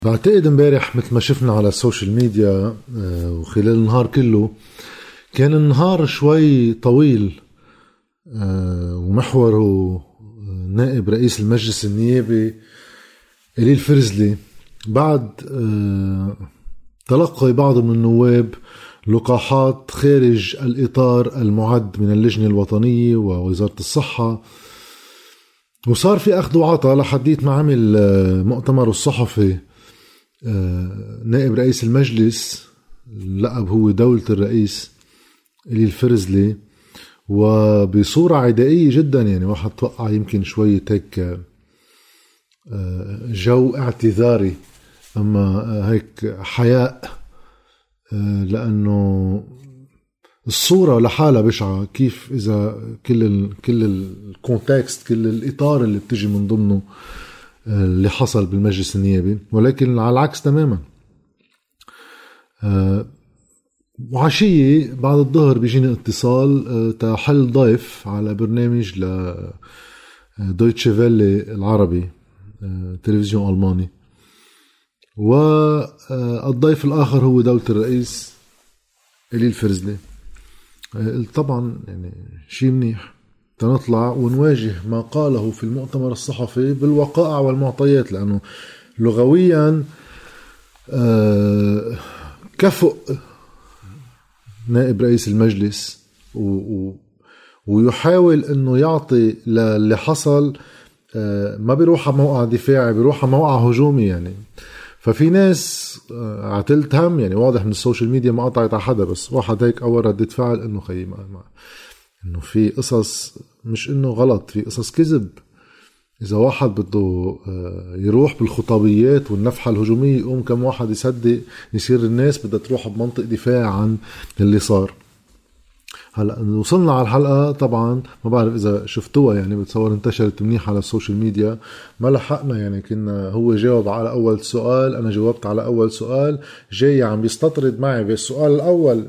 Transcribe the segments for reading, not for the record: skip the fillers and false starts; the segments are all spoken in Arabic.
بعتقد امبارح مثل ما شفنا على السوشيال ميديا وخلال النهار كله كان النهار شوي طويل، ومحوره نائب رئيس المجلس النيابي إلي الفرزلي بعد تلقي بعض من النواب لقاحات خارج الإطار المعد من اللجنة الوطنية ووزارة الصحة، وصار في أخذ وعطا لحديت ما عمل مؤتمر الصحفي نائب رئيس المجلس، لقب هو دولة الرئيس إلي الفرزلي، وبصورة عدائية جدا. يعني واحد توقع يمكن شوية هيك جو اعتذاري، أما هيك حياء، لأنه الصورة لحالها بشعة. كيف إذا كل الكونتكست، كل الإطار اللي بتجي من ضمنه اللي حصل بالمجلس النيابي، ولكن على العكس تماما. وعشية بعد الظهر بيجيني اتصال تحل ضيف على برنامج دويتشه فيلي العربي، تلفزيون ألماني، والضيف الآخر هو دولة الرئيس إلي الفرزلي. طبعا يعني شيء منيح تنطلع ونواجه ما قاله في المؤتمر الصحفي بالوقائع والمعطيات، لأنه لغويا كفؤ نائب رئيس المجلس ويحاول أنه يعطي للي حصل، ما بيروح على موقع دفاعي، بيروح على موقع هجومي. يعني ففي ناس عتلت هم، يعني واضح من السوشيال ميديا ما قطعت على حدا، بس واحد هيك أول ردة فعل أنه خيي انه في قصص، مش انه غلط، في قصص كذب. اذا واحد بده يروح بالخطابيات والنفحة الهجومية، يقوم كم واحد يصدق يصير الناس بدها تروح بمنطق دفاع عن اللي صار. هلا وصلنا على الحلقة، طبعا ما بعرف اذا شفتوها، يعني بتصور انتشرت منيح على السوشيال ميديا، ما لحقنا. يعني كنا هو جاوب على اول سؤال، انا جاوبت على اول سؤال، جاي عم بيستطرد معي بالسؤال الاول.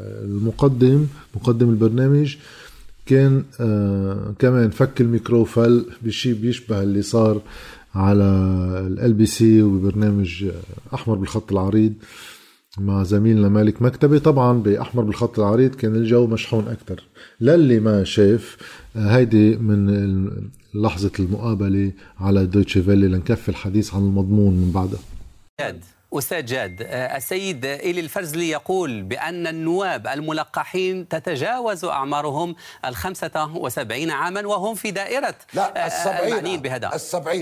مقدم البرنامج كان كمان فك الميكروفل بشي بيشبه اللي صار على LBC وبرنامج أحمر بالخط العريض مع زميلنا مالك مكتبي. طبعا بأحمر بالخط العريض كان الجو مشحون أكتر. للي ما شاف، هيدي من لحظة المقابلة على دويتشه فيلي لنكفي الحديث عن المضمون من بعدها. أستاذ جاد، السيد إلي الفرزلي يقول بأن النواب الملقحين تتجاوز أعمارهم 75 عاما، وهم في دائرة المعنيين بهذا.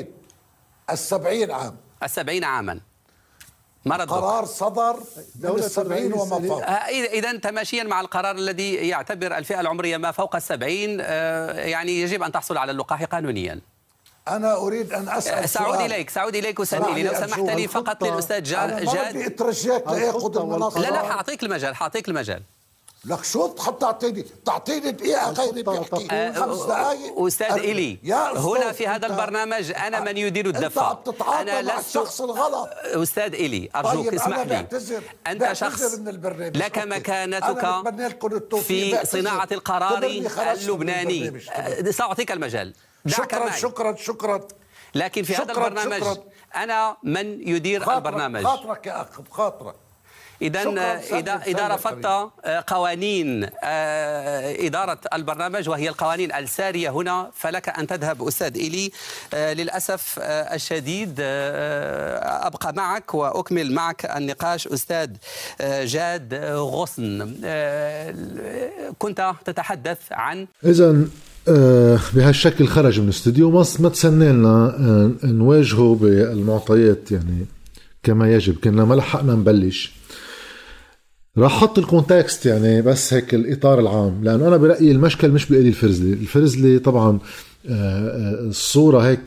70 عام. 70 عاما. ما ردك؟ قرار صدر من 70 وما فوق. إذا تماشيا مع القرار الذي يعتبر الفئة العمرية ما فوق 70 يعني يجب أن تحصل على اللقاح قانونيا. أنا أريد أن أسأل سأعود إليك أستاذ إلي، لو سمحت لي فقط للأستاذ جاد. أنا بدي أترجاك لأخذ المناصرة. لا حاعطيك المجال. لك شو تعطيني دقيقة غير بيحكي 5 دقائق. أستاذ إلي، هنا في هذا البرنامج أنا من يدير الدفة. أنا لست الشخص الغلط. أستاذ إلي أرجوك اسمح لي، أنت شخص لك مكانتك في صناعة القرار اللبناني. سأعطيك المجال. شكرا. لكن في هذا البرنامج أنا من يدير البرنامج. بخاطرك يا أخ، بخاطرك. إذا رفضت قوانين إدارة البرنامج وهي القوانين السارية هنا، فلك أن تذهب أستاذ إلي. للأسف الشديد أبقى معك وأكمل معك النقاش. أستاذ جاد غصن، كنت تتحدث عن بهالشكل خرج من الاستوديو، ما تسنينا نواجهه بالمعطيات يعني كما يجب. كنا ما لحقنا نبلش. راح احط الكونتكست يعني بس هيك الإطار العام، لأنه أنا برأيي المشكل مش بإلي الفرزلي طبعا. الصورة هيك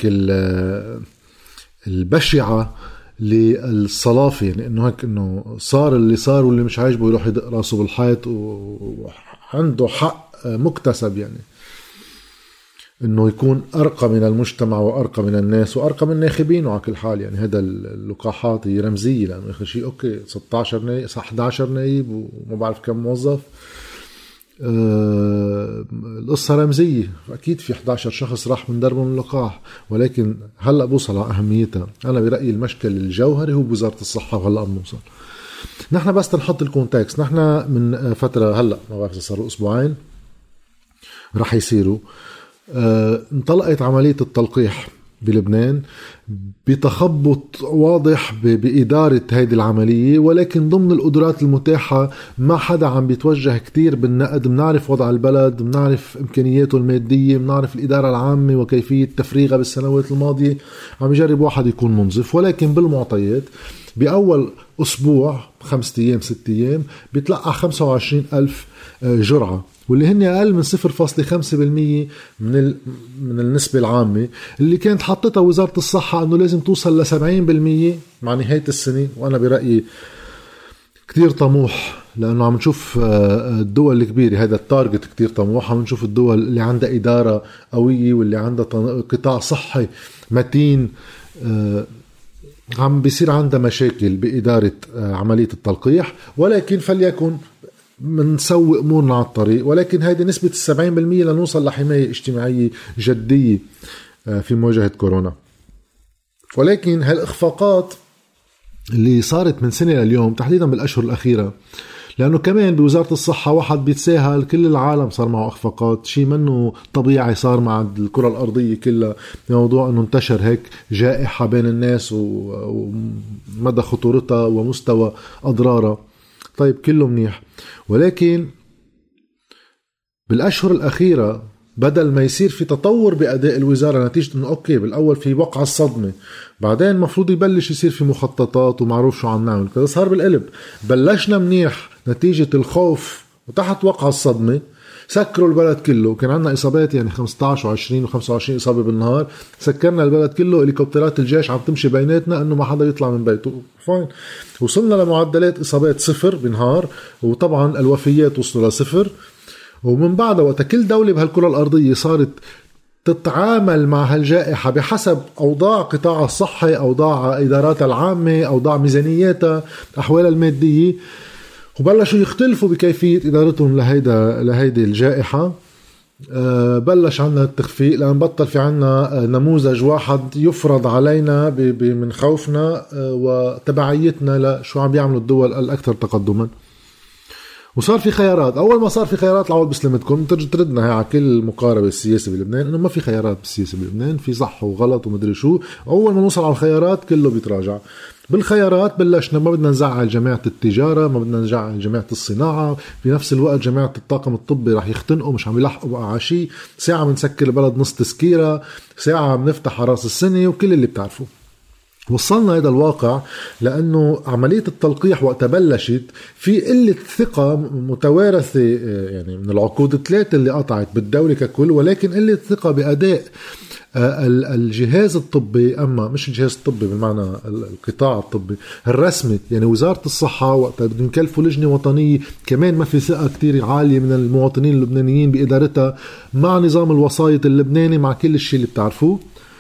البشعة للصلافة، يعني إنه هيك إنه صار اللي صار، واللي مش عاجبه يروح يدق راسه بالحيط، وعنده حق مكتسب، يعني انه يكون ارقى من المجتمع وارقى من الناس وارقى من الناخبين. وعلى كل حال يعني هذا اللقاحات هي رمزيه، لانه اخر شيء اوكي 16 نائب 11 نائب وما بعرف كم موظف، القصة رمزية، أكيد في 11 شخص راح من دربهم اللقاح، ولكن هلأ بوصل على أهميتها. أنا برأيي المشكل الجوهري هو بوزارة الصحة، وهلأ بنوصل. نحن بس تنحط الكونتكست، نحن من فترة هلأ ما بعرف صاروا أسبوعين راح يصيروا انطلقت عملية التلقيح بلبنان بتخبط واضح بإدارة هذه العملية، ولكن ضمن القدرات المتاحة ما حدا عم بيتوجه كتير بالنقد. بنعرف وضع البلد، بنعرف إمكانياته المادية، بنعرف الإدارة العامة وكيفية تفريغها بالسنوات الماضية. عم يجرب واحد يكون منظف، ولكن بالمعطيات بأول أسبوع 5 أيام 6 أيام بيتلقى 25,000 جرعة، واللي هن أقل من 0.5% من النسبة العامة اللي كانت حطتها وزارة الصحة أنه لازم توصل ل 70% مع نهاية السنة. وأنا برأيي كتير طموح، لأنه عم نشوف الدول الكبيرة هذا التارجت كتير طموح. عم نشوف الدول اللي عندها إدارة قوية واللي عندها قطاع صحي متين عم بيصير عندها مشاكل بإدارة عملية التلقيح، ولكن فليكن منسوي أمورنا على الطريق. ولكن هذه نسبة 70% لنوصل لحماية اجتماعية جدية في مواجهة كورونا. ولكن هالإخفاقات اللي صارت من سنة لليوم تحديدا بالأشهر الأخيرة، لأنه كمان بوزارة الصحة واحد بيتساهل، كل العالم صار معه إخفاقات، شيء منه طبيعي صار مع الكرة الأرضية كلها. موضوع أنه انتشر هيك جائحة بين الناس ومدى خطورتها ومستوى أضرارها، طيب كله منيح. ولكن بالأشهر الأخيرة بدل ما يصير في تطور بأداء الوزارة نتيجة أنه أوكي بالأول في وقع الصدمة، بعدين مفروض يبلش يصير في مخططات ومعروف شو عم نعمل، كذا صار بالقلب. بلشنا منيح نتيجة الخوف وتحت وقع الصدمة سكروا البلد كله. كان عندنا إصابات يعني 15 و20 و25 إصابة بالنهار، سكرنا البلد كله. هليكوبترات الجيش عم تمشي بيناتنا أنه ما حدا يطلع من بيته، فاين. وصلنا لمعدلات إصابات 0 بالنهار، وطبعا الوفيات وصلوا ل0. ومن بعد وقت كل دولة بهالكرة الأرضية صارت تتعامل مع هالجائحة بحسب أوضاع قطاع الصحي، أوضاع إداراتها العامة، أوضاع ميزانياتها، أحوالها المادية، وبلشوا يختلفوا بكيفية إدارتهم لهيدي الجائحة. بلش عنا التخفيق، لأن بطل في عنا نموذج واحد يفرض علينا من خوفنا وتبعيتنا لشو عم بيعملوا الدول الأكثر تقدما. وصار في خيارات. أول ما صار في خيارات العوض بسلمتكم تردنا على كل مقاربة السياسة بلبنان إنه ما في خيارات بالسياسة بلبنان، في صح وغلط ومدري شو. أول ما نوصل على الخيارات كله بيتراجع. بالخيارات بلشنا ما بدنا نزعل جماعة التجارة، ما بدنا نزعل جماعة الصناعة، بنفس الوقت جماعة الطاقم الطبي رح يختنقوا، مش عم يلحقوا على شيء. ساعة بنسكر البلد نص تسكيرة، ساعة بنفتح على راس السنة، وكل اللي بتعرفوه. وصلنا هذا الواقع لأنه عملية التلقيح وقت بلشت في قلة ثقة متوارثة يعني من العقود 3 اللي قطعت بالدولة ككل، ولكن قلة ثقة بأداء الجهاز الطبي. أما مش الجهاز الطبي بالمعنى القطاع الطبي الرسمي، يعني وزارة الصحة وقت بدهم يكلفوا لجنة وطنية كمان ما في ثقة كتير عالية من المواطنين اللبنانيين بإدارتها، مع نظام الوسايط اللبناني، مع كل الشيء اللي بتعرفوه.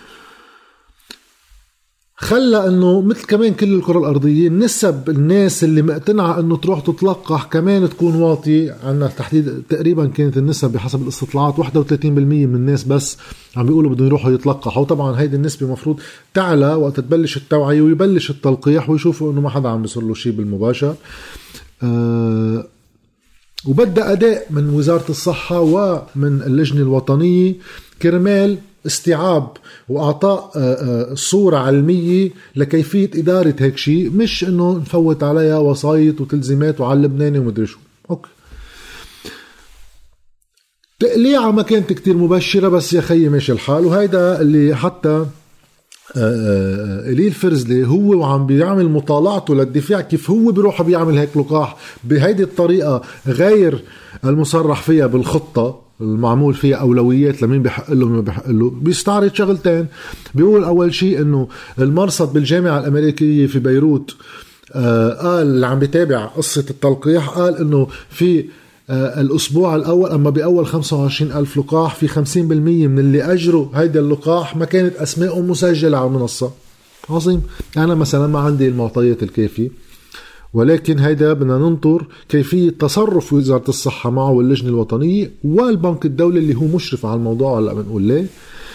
خلى انه مثل كمان كل الكرة الارضية نسب الناس اللي مقتنعة انه تروح تتلقح كمان تكون واطية. عنا تحديد تقريبا كانت النسب بحسب الاستطلاعات 31% من الناس بس عم بيقولوا بدهم يروحوا يتلقحوا. وطبعا هيدي النسبة مفروض تعلى وقت تبلش التوعية ويبلش التلقيح ويشوفوا انه ما حدا عم بيصير له شيء بالمباشر. وبدأ أداء من وزارة الصحة ومن اللجنة الوطنية كرمال استيعاب وأعطاء صورة علمية لكيفية إدارة هيك شيء، مش إنه نفوت عليها وصايت وتلزيمات وعلى اللبناني ومدري شو. أوكي، تقليعة ما كانت كتير مبشرة، بس يا خيي ماشي الحال. وهيدا اللي حتى إلي الفرزلي هو وعم بيعمل مطالعته للدفاع كيف هو بيروح بيعمل هيك لقاح بهيدي الطريقة غير المصرح فيها بالخطة المعمول فيها أولويات لمين بيحق له ومين بيحق له. بيستعرض شغلتين. بيقول أول شيء إنه المرصد بالجامعة الأمريكية في بيروت قال اللي عم بيتابع قصة التلقيح، قال إنه في الأسبوع الأول أما بأول 25,000 لقاح في 50% من اللي أجروا هيدا اللقاح ما كانت أسمائهم مسجلة على المنصة. عظيم. أنا مثلا ما عندي المعطيات الكافية ولكن هيدا بدنا ننطر كيفية تصرف وزارة الصحة معه واللجنة الوطنية والبنك الدولي اللي هو مشرف على الموضوع. هلا بنقول ليه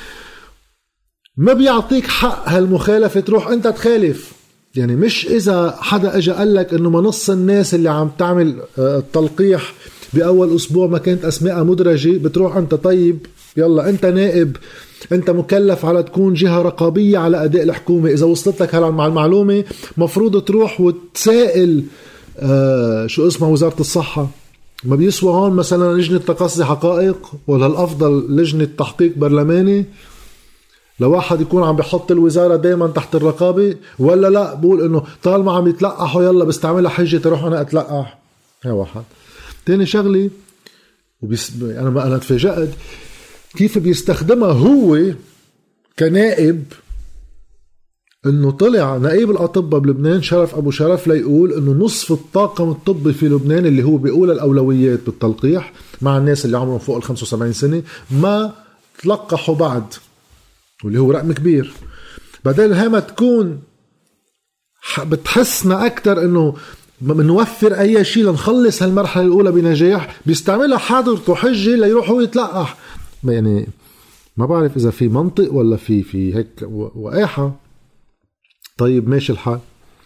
ما بيعطيك حق هالمخالفة تروح انت تخالف. يعني مش اذا حدا اجا قال لك انه منص الناس اللي عم تعمل التلقيح باول اسبوع ما كانت اسماء مدرجة بتروح انت طيب يلا انت نائب، انت مكلف على تكون جهة رقابية على اداء الحكومة. اذا وصلت لك هلا مع المعلومة مفروض تروح وتسائل شو اسمها وزارة الصحة. ما بيسوى هون مثلا لجنة تقصي حقائق ولا الافضل لجنة تحقيق برلماني لواحد يكون عم بيحط الوزارة دايما تحت الرقابة، ولا لا بقول انه طالما عم يتلقحوا يلا بستعملها حجة تروح انا اتلقح. هي واحد. تاني شغلي انا تفاجأت كيف بيستخدمها هو كنائب، انه طلع نائب الاطباء بلبنان شرف ابو شرف ليقول انه نصف الطاقم الطبي في لبنان اللي هو بيقول الاولويات بالتلقيح مع الناس اللي عمرهم فوق ال 75 سنة ما تلقحوا بعد، واللي هو رقم كبير. بدل هما تكون بتحسنا اكتر انه منوفر اي شيء لنخلص هالمرحله الاولى بنجاح، بيستعملها حاضرته حجه ليروح هو يتلقح. يعني ما بعرف اذا في منطق ولا في هيك وقاحه. طيب ماشي الحال،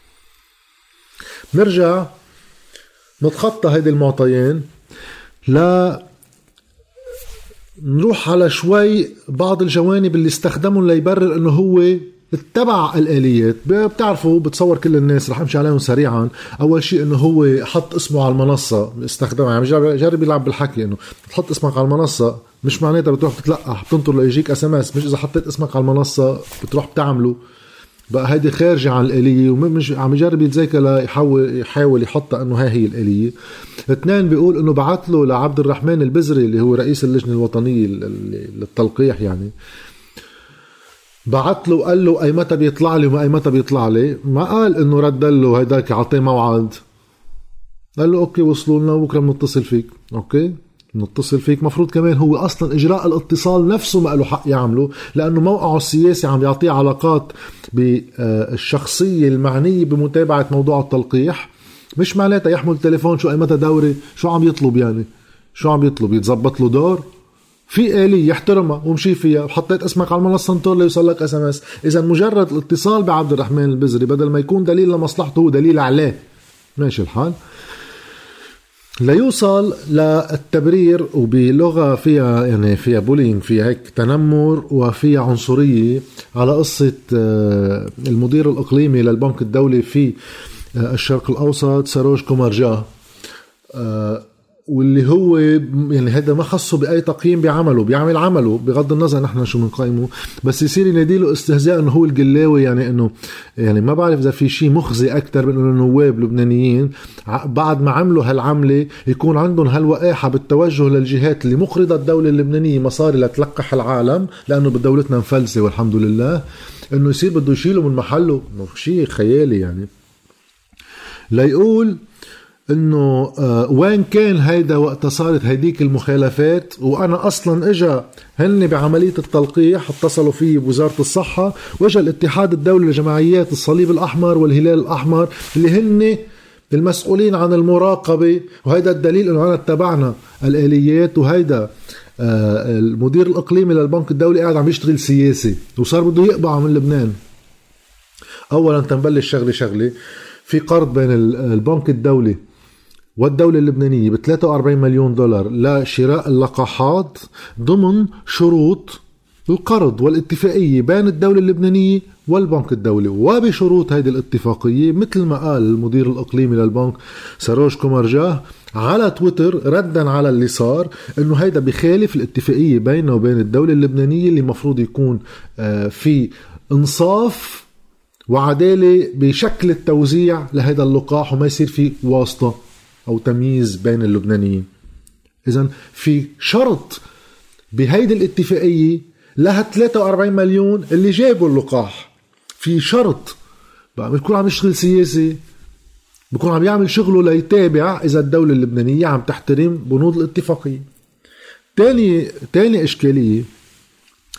نرجع نتخطى هيدي المعطيين لا نروح على شوي بعض الجوانب اللي استخدمهم ليبرر انه هو اتبع الآليات. بتعرفوا بتصور كل الناس رح امشي عليهم سريعا. اول شيء انه هو حط اسمه على المنصة، استخدمها يعني جرب يلعب بالحكي انه تحط اسمك على المنصة مش معناتها بتروح تتلقح بتنطر ليجيك SMS، مش اذا حطيت اسمك على المنصة بتروح بتعمله. بقى هيدي خارجة عن الآلية ومش عم يجرب يتذاكى يحاول يحطها انه هي الآلية. اثنين بيقول انه بعت له لعبد الرحمن البزري اللي هو رئيس اللجنة الوطنية للتلقيح، يعني بعت له وقال له اي متى بيطلع لي وما اي متى بيطلع لي. ما قال انه رد له هيداك عطيه موعد، قال له اوكي وصلوا لنا وبكره بنتصل فيك. اوكي نتصل فيك. مفروض كمان هو اصلا اجراء الاتصال نفسه ما له حق يعمله، لانه موقعه السياسي عم يعطيه علاقات بالشخصيه المعنيه بمتابعه موضوع التلقيح. مش معناتها يحمل تليفون شو اي متى دوري شو عم يطلب، يعني شو عم يطلب يتزبط له دور في آلية يحترمها ومشي فيها. حطيت اسمك على المنصة انطر ليوصل لك SMS. اذا مجرد الاتصال بعبد الرحمن البزري بدل ما يكون دليل لمصلحته هو دليل عليه. ماشي الحال. ليوصل للتبرير وبلغة فيها يعني فيها بولينج، فيها هيك تنمر وفيها عنصرية على قصة المدير الإقليمي للبنك الدولي في الشرق الأوسط ساروش كومارجاه، واللي هو يعني هذا ما خصه بأي تقييم بعمله، بيعمل عمله بغض النظر نحن شو بنقيمه، بس يصير يناديله استهزاء انه هو القلاوي. يعني انه يعني ما بعرف اذا في شيء مخزي اكتر من انه النواب لبنانيين بعد ما عملوا هالعملة يكون عندهم هالوقاحة بالتوجه للجهات اللي مقرضة الدولة اللبنانية مصاري لتلقح العالم لانه بدولتنا مفلسة والحمد لله، انه يصير بده يشيله من محله. شيء خيالي يعني. ليقول انه وين كان هيدا وقت صارت هيديك المخالفات، وانا اصلا اجا هن بعملية التلقيح اتصلوا فيه بوزارة الصحة، واجا الاتحاد الدولي لجمعيات الصليب الاحمر والهلال الاحمر اللي هن المسؤولين عن المراقبة، وهيدا الدليل انه انا اتبعنا الآليات. وهيدا المدير الاقليمي للبنك الدولي قاعد عم يشتغل سياسي وصار بده يقبع من لبنان. اولا تنبلش شغلة في قرض بين البنك الدولي والدولة اللبنانية ب$43 مليون لشراء اللقاحات ضمن شروط القرض والاتفاقية بين الدولة اللبنانية والبنك الدولي. وبشروط هذه الاتفاقية مثل ما قال المدير الإقليمي للبنك ساروش كومارجاه على تويتر ردا على اللي صار، انه هيدا بخالف الاتفاقية بيننا وبين الدولة اللبنانية اللي مفروض يكون في انصاف وعدالة بشكل التوزيع لهذا اللقاح وما يصير في واسطة أو تمييز بين اللبنانيين. إذن في شرط بهيدي الاتفاقية لها 43 مليون اللي جابوا اللقاح. في شرط بقى بيكون عم يشتغل سياسي، بيكون عم يعمل شغله ليتابع إذا الدولة اللبنانية عم تحترم بنود الاتفاقية. تاني إشكالية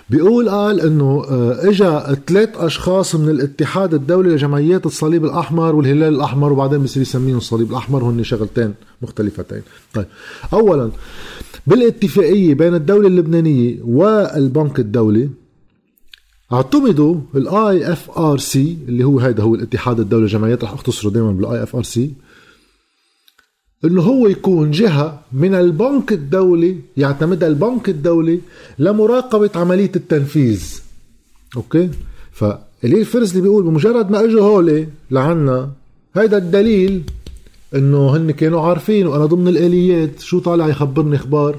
قال انه اجا 3 اشخاص من الاتحاد الدولي لجمعيات الصليب الاحمر والهلال الاحمر، وبعدين بصير يسميهم الصليب الاحمر، هن شغلتين مختلفتين. طيب، اولا بالاتفاقيه بين الدوله اللبنانيه والبنك الدولي اعتمدوا الاي اف ار سي، اللي هو هذا هو الاتحاد الدولي لجمعيات، رح اختصره دائما بالاي اف ار سي، انه هو يكون جهة من البنك الدولي يعتمدها البنك الدولي لمراقبة عملية التنفيذ. اوكي، فاللي الفرزلي بيقول بمجرد ما اجوا هولي لعنا، هيدا الدليل انه هن كانوا عارفين، وانا ضمن الاليات شو طالع يخبرني اخبار،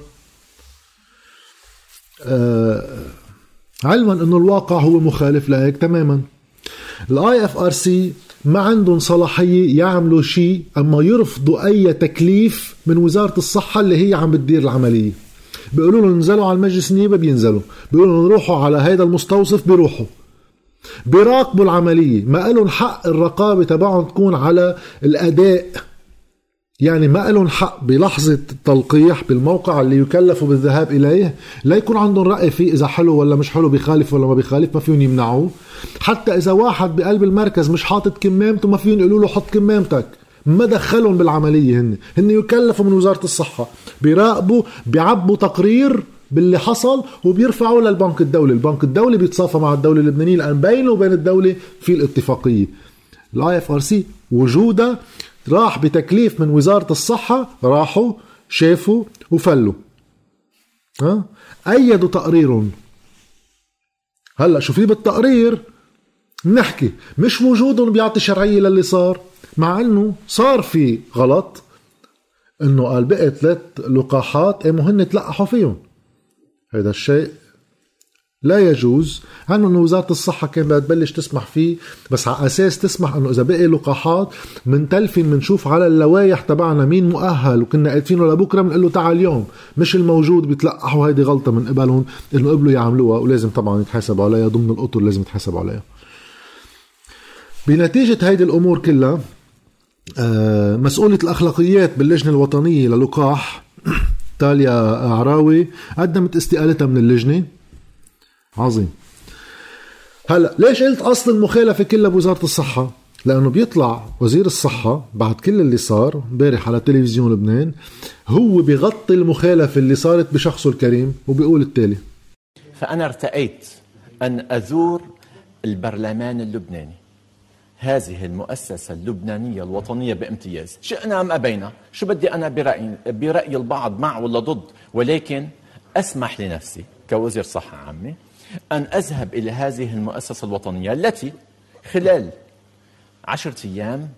علما انه الواقع هو مخالف لهيك تماما. الاي اف ار سي ما عندهم صلاحية يعملوا شيء اما يرفضوا اي تكليف من وزارة الصحة اللي هي عم بتدير العملية. بيقولوا له انزلوا على المجلس النيابي بينزلوا، بيقولوا له نروحوا على هيدا المستوصف بيروحوا، بيراقبوا العملية. ما لهم حق الرقابة تبعهم تكون على الاداء، يعني ما لهم حق بلحظة التلقيح بالموقع اللي يكلفوا بالذهاب إليه لا يكون عندهم رأي فيه إذا حلو ولا مش حلو، بيخالف ولا ما بيخالف، ما فيهم يمنعوه. حتى إذا واحد بقلب المركز مش حاطط كمامته ما فيهم يقولوا له حط كمامتك. ما دخلهم بالعملية، هن يكلفوا من وزارة الصحة، بيراقبوا، بيعبوا تقرير باللي حصل وبيرفعوا للبنك الدولي. البنك الدولي بيتصافى مع الدولة اللبنانية لأن بينه وبين الدولة في الاتفاقية. الاي اف ار سي وجوده راح بتكليف من وزارة الصحة، راحوا شافوا وفلوا، أيدوا تقريرهم. هلأ شو في بالتقرير نحكي، مش وجودهم بيعطي شرعية للي صار، مع أنه صار في غلط، أنه قال بقى 3 لقاحات قاموا هن تلقحوا فيهم. هذا الشيء لا يجوز، عنه أنه وزارة الصحة كان بدها تبلش تسمح فيه، بس على أساس تسمح أنه إذا بقي لقاحات من تلفين منشوف على اللوايح تبعنا مين مؤهل، وكنا قادفينه لبكرة بنقول له تعال اليوم، مش الموجود بيتلقحوا. هيدي غلطة من قبلهم أنه قبلوا يعملوها، ولازم طبعا يتحاسبوا عليها ضمن الأطر، لازم يتحاسبوا عليها. بنتيجة هيدي الأمور كلها مسؤولة الأخلاقيات باللجنة الوطنية للقاح تاليا عراوي قدمت استقالتها من اللجنة. عظيم. هلا ليش قلت اصل المخالفه كلها بوزاره الصحه؟ لانه بيطلع وزير الصحه بعد كل اللي صار امبارح على تلفزيون لبنان، هو بيغطي المخالفه اللي صارت بشخصه الكريم وبيقول التالي: فانا ارتأيت ان ازور البرلمان اللبناني، هذه المؤسسه اللبنانيه الوطنيه بامتياز، شئنا ام ابينا. شو بدي انا برأي البعض مع ولا ضد، ولكن اسمح لنفسي كوزير صحه عامه أن أذهب إلى هذه المؤسسة الوطنية التي خلال 10 أيام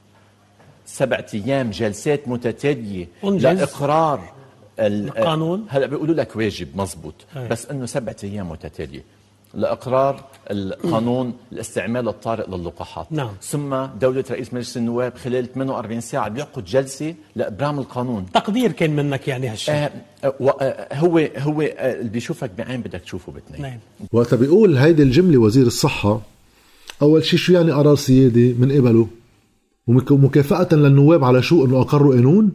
7 أيام جلسات متتالية لإقرار القانون. هلأ بيقولوا لك واجب، مزبوط، بس أنه 7 أيام متتالية لإقرار القانون الاستعمال الطارئ للقاحات. نعم. ثم دولة رئيس مجلس النواب خلال 48 ساعة بيعقد جلسة لإبرام القانون. تقدير كان منك يعني هالشيء. هو اللي بيشوفك بعين بدك تشوفه باثنين. نعم. وقت بيقول هيدي الجملة وزير الصحة، أول شيء شو يعني قرار سيادي من قبله ومكافأة للنواب على شو؟ إنه أقروا قانون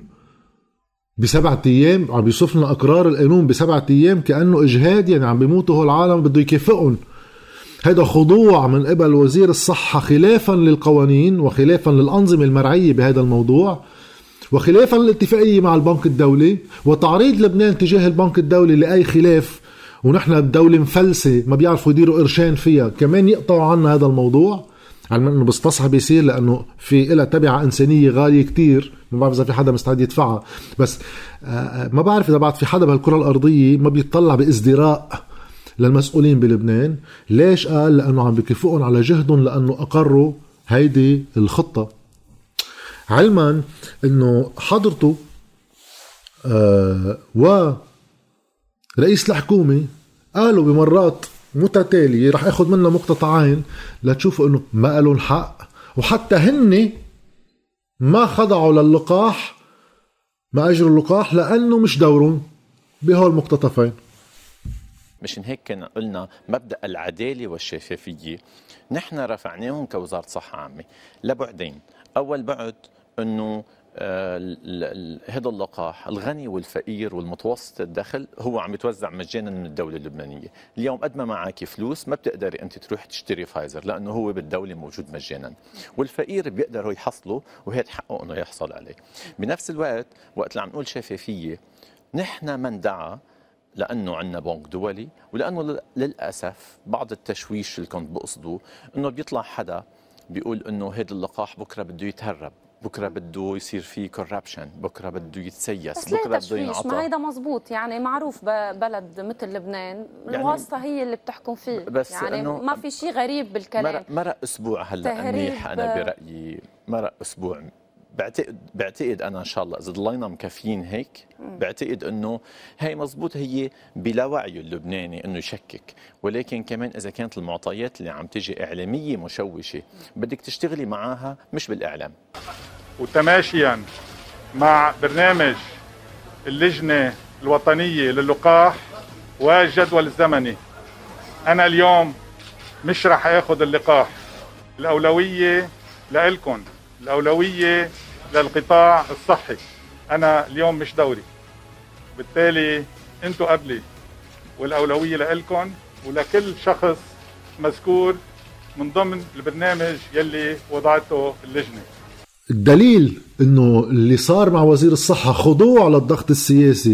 ب7 أيام. عم بيوصف لنا اقرار القانون ب7 أيام كانه اجهاد، يعني عم بيموتوا هو العالم بده يكافئهم. هذا خضوع من قبل وزير الصحه خلافا للقوانين وخلافا للانظمه المرعيه بهذا الموضوع وخلافا للاتفاقيه مع البنك الدولي، وتعريض لبنان تجاه البنك الدولي لاي خلاف، ونحن بدوله مفلسه ما بيعرفوا يديروا قرشين فيها، كمان يقطعوا عنا هذا الموضوع. علما انه بستصعب يصير لانه في لها تبعه انسانيه غاليه كتير، ما بعرف اذا في حدا مستعد يدفعها، بس ما بعرف اذا بعد في حدا بهالكره الارضيه ما بيطلع بازدراء للمسؤولين بلبنان. ليش؟ قال لانه عم بكفؤهم على جهدهم، لانه اقروا هيدي الخطه، علما انه حضرته ورئيس الحكومه قالوا بمرات متتالية، رح اخذ منها مقتطعين لتشوفوا انه ما لهم حق، وحتى هن ما خضعوا للقاح، ما اجروا اللقاح لانه مش دورهم بهول المقتطفين. مشان هيك كنا قلنا مبدأ العدالة والشفافية نحن رفعناهم كوزارة صحة عامة لبعدين. أول بعد أنه هذا اللقاح الغني والفقير والمتوسط الدخل هو عم يتوزع مجانا من الدولة اللبنانية. اليوم قد ما معك فلوس ما بتقدري أنت تروح تشتري فايزر لأنه هو بالدولة موجود مجانا، والفقير بيقدروا يحصلوا وهذا حقه أنه يحصل عليه. بنفس الوقت وقت اللي عم نقول شفافية، نحن من دعا لأنه عندنا بنك دولي، ولأنه للأسف بعض التشويش اللي كنت بقصده أنه بيطلع حدا بيقول أنه هذا اللقاح بكرة بده يتهرب، بكره بده يصير فيه كوربشن، بكره بده يتسيس، بكره بده ينعطى. ما هيدا مزبوط، يعني معروف ببلد مثل لبنان الواسطه يعني هي اللي بتحكم فيه، بس يعني ما في شيء غريب بالكلام. مرق اسبوع هلا منيح، انا برايي مرق اسبوع. بعتقد انا ان شاء الله اذا ضلينا مكفيين هيك، بعتقد انه هي مزبوط، هي بلا وعي اللبناني انه يشكك، ولكن كمان اذا كانت المعطيات اللي عم تجي اعلاميه مشوشه بدك تشتغلي معاها مش بالاعلام. وتماشيا مع برنامج اللجنه الوطنيه للقاح والجدول الزمني، انا اليوم مش رح اخذ اللقاح. الاولويه لإلكم، الأولوية للقطاع الصحي. أنا اليوم مش دوري، بالتالي أنتوا قبلي، والأولوية لإلكم ولكل شخص مذكور من ضمن البرنامج يلي وضعته اللجنة. الدليل أنه اللي صار مع وزير الصحة خضوع للضغط السياسي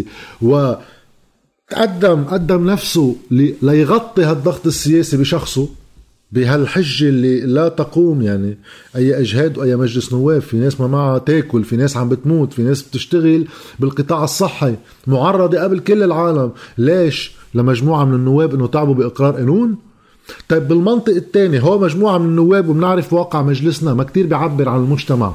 قدم نفسه ليغطي هالضغط السياسي بشخصه بهالحجة اللي لا تقوم. يعني أي أجهاد وأي مجلس نواب، في ناس ما معها تاكل، في ناس عم بتموت، في ناس بتشتغل بالقطاع الصحي معرضة قبل كل العالم. ليش لمجموعة من النواب إنه تعبوا بإقرار قانون؟ طيب بالمنطق الثاني، هو مجموعة من النواب وبنعرف واقع مجلسنا ما كتير بيعبر عن المجتمع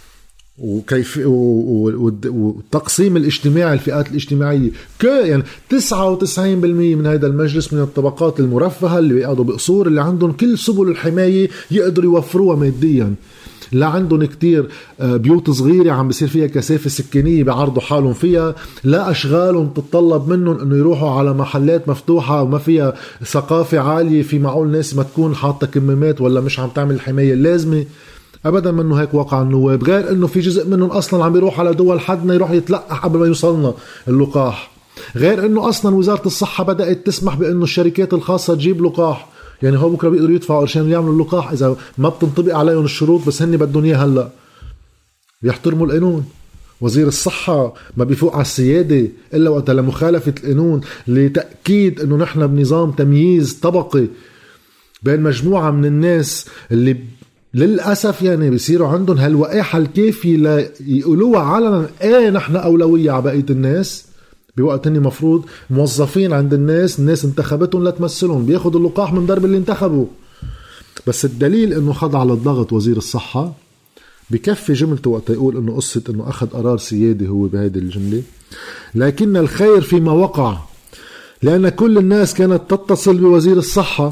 وكيف والتقسيم الاجتماعي، الفئات الاجتماعية. يعني 99% من هذا المجلس من الطبقات المرفهة اللي بيقعدوا بقصور، اللي عندهم كل سبل الحماية يقدروا يوفروها ماديا. لا عندهم كتير بيوت صغيرة عم بيصير فيها كثافة سكانية بيعرضوا حالهم فيها، لا أشغالهم تتطلب منهم أنه يروحوا على محلات مفتوحة وما فيها ثقافة عالية، في معقول ناس ما تكون حاطة كمامات ولا مش عم تعمل الحماية اللازمة. أبدا منه هيك واقع النواب، غير أنه في جزء منهم أصلا عم يروح على دول حدنا يروح يتلقح قبل ما يوصلنا اللقاح، غير أنه أصلا وزارة الصحة بدأت تسمح بأنه الشركات الخاصة تجيب لقاح. يعني هو بكرة بيقدروا يدفعوا عشان يعملوا اللقاح إذا ما بتنطبق عليهم الشروط، بس هني بدهم إياه هلأ بيحترموا القانون. وزير الصحة ما بيفوق على السيادة إلا وقت لمخالفة القانون، لتأكيد أنه نحن بنظام تمييز طبقي بين مجموعة من الناس اللي للأسف يعني بيصيروا عندهم هالوقاحة الكافية ليقولوها علنا ايه نحن أولوية على بقية الناس، بوقت اني مفروض موظفين عند الناس انتخبتهم لتمثلهم، بياخدوا اللقاح من درب اللي انتخبوا. بس الدليل انه خضع للضغط وزير الصحة بكفي جملته وقت يقول انه قصة انه اخذ قرار سيادي هو بهذه الجملة. لكن الخير فيما وقع، لأن كل الناس كانت تتصل بوزير الصحة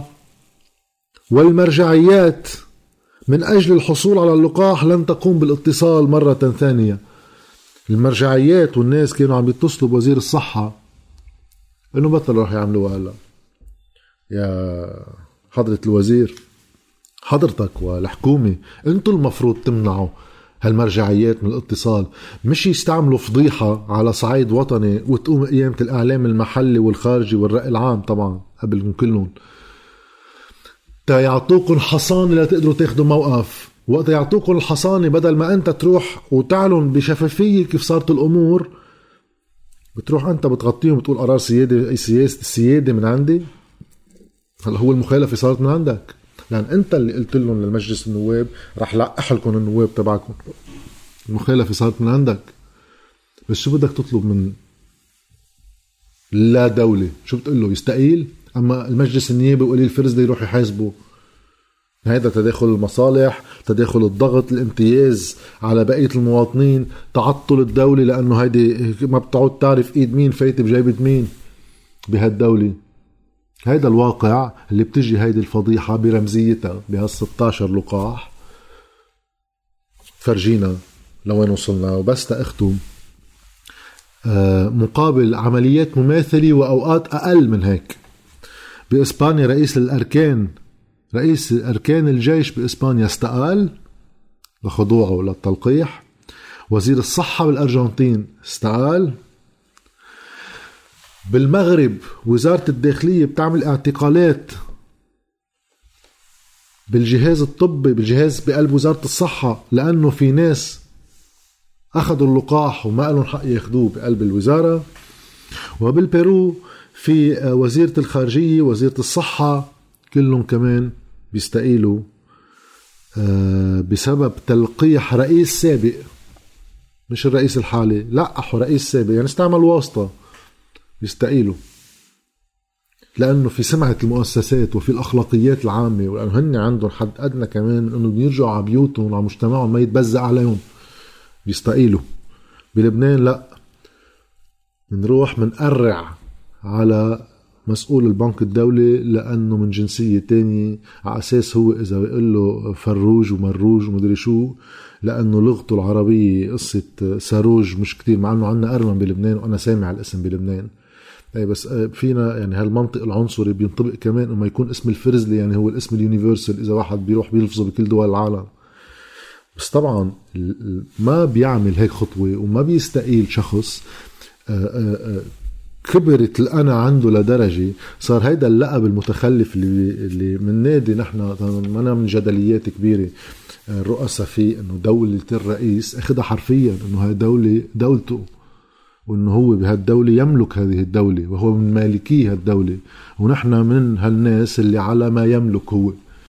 والمرجعيات من أجل الحصول على اللقاح لن تقوم بالاتصال مرة ثانية. المرجعيات والناس كانوا عم يتصلوا بوزير الصحة إنه بطل راح يعملوها هلا. يا حضرة الوزير، حضرتك والحكومة، انتوا المفروض تمنعوا هالمرجعيات من الاتصال، مش يستعملوا فضيحة على صعيد وطني وتقوم قيامة الإعلام المحلي والخارجي والرأي العام طبعا قبلهم كلهم تا يعطوكم حصانة لا تقدروا تاخدوا موقف. وقت يعطوكم الحصانة بدل ما أنت تروح وتعلن بشفافية كيف صارت الأمور، بتروح أنت بتغطيهم بتقول قرار سيادة، أي سيادة من عندي. هل هو المخالفة صارت من عندك؟ لأن أنت اللي قلت لهم للمجلس النواب رح لقح لكم النواب تبعكم. المخالفة صارت من عندك. بس شو بدك تطلب من لا دولة؟ شو بتقول له يستقيل؟ أما المجلس النيابي وقليل الفرز دي يروح يحاسبه. هذا تداخل المصالح، تداخل الضغط، الامتياز على بقية المواطنين، تعطل الدولة لأنه هيدي ما بتعود تعرف إيد مين فايت بجايبة مين بهالدولة. هيدا الواقع اللي بتجي هيدي الفضيحة برمزيتها بهال16 لقاح فرجينا لوين وصلنا. وبس تأختم مقابل عمليات مماثلة وأوقات أقل من هيك بإسبانيا، رئيس أركان الجيش بإسبانيا استقال لخضوعه للتلقيح، وزير الصحة بالأرجنتين استقال. بالمغرب وزارة الداخلية بتعمل اعتقالات بالجهاز الطبي، بالجهاز بقلب وزارة الصحة، لأنه في ناس أخذوا اللقاح وما لهم حق ياخدوه بقلب الوزارة. وبالبيرو في وزيرة الخارجية وزيرة الصحة كلهم كمان بيستقيلوا بسبب تلقيح رئيس سابق، مش الرئيس الحالي، لقحوا رئيس سابق يعني استعمل واسطة، بيستقيلوا لأنه في سمعة المؤسسات وفي الأخلاقيات العامة، ولأنه هن عندهم حد أدنى كمان من أنه بيرجعوا على بيوتهم وعلى مجتمعهم ما يتبزق عليهم، بيستقيلوا. بلبنان لا، بنروح منقرع على مسؤول البنك الدولي لأنه من جنسية تانية، على أساس هو إذا بيقول له فروج ومروج ومدري شو، لأنه لغته العربية قصة ساروج مش كتير، مع أنه عنا أرمن بلبنان وأنا سامع الاسم بلبنان. أي بس فينا يعني هالمنطق العنصري بينطبق كمان وما يكون اسم الفرزلي يعني هو الاسم اليونيفرسال إذا واحد بيروح بيلفظه بكل دول العالم. بس طبعا ما بيعمل هيك خطوة وما بيستقيل شخص كبرت الأنا عنده لدرجة صار هيدا اللقب المتخلف اللي من نادي نحن ما من جدليات كبيرة الرؤساء فيه انه دولة الرئيس اخدها حرفيا انه هاي دولته، وانه هو بهالدولة يملك هذه الدولة وهو من مالكي هالدولة، ونحن من هالناس اللي على ما يملك هو.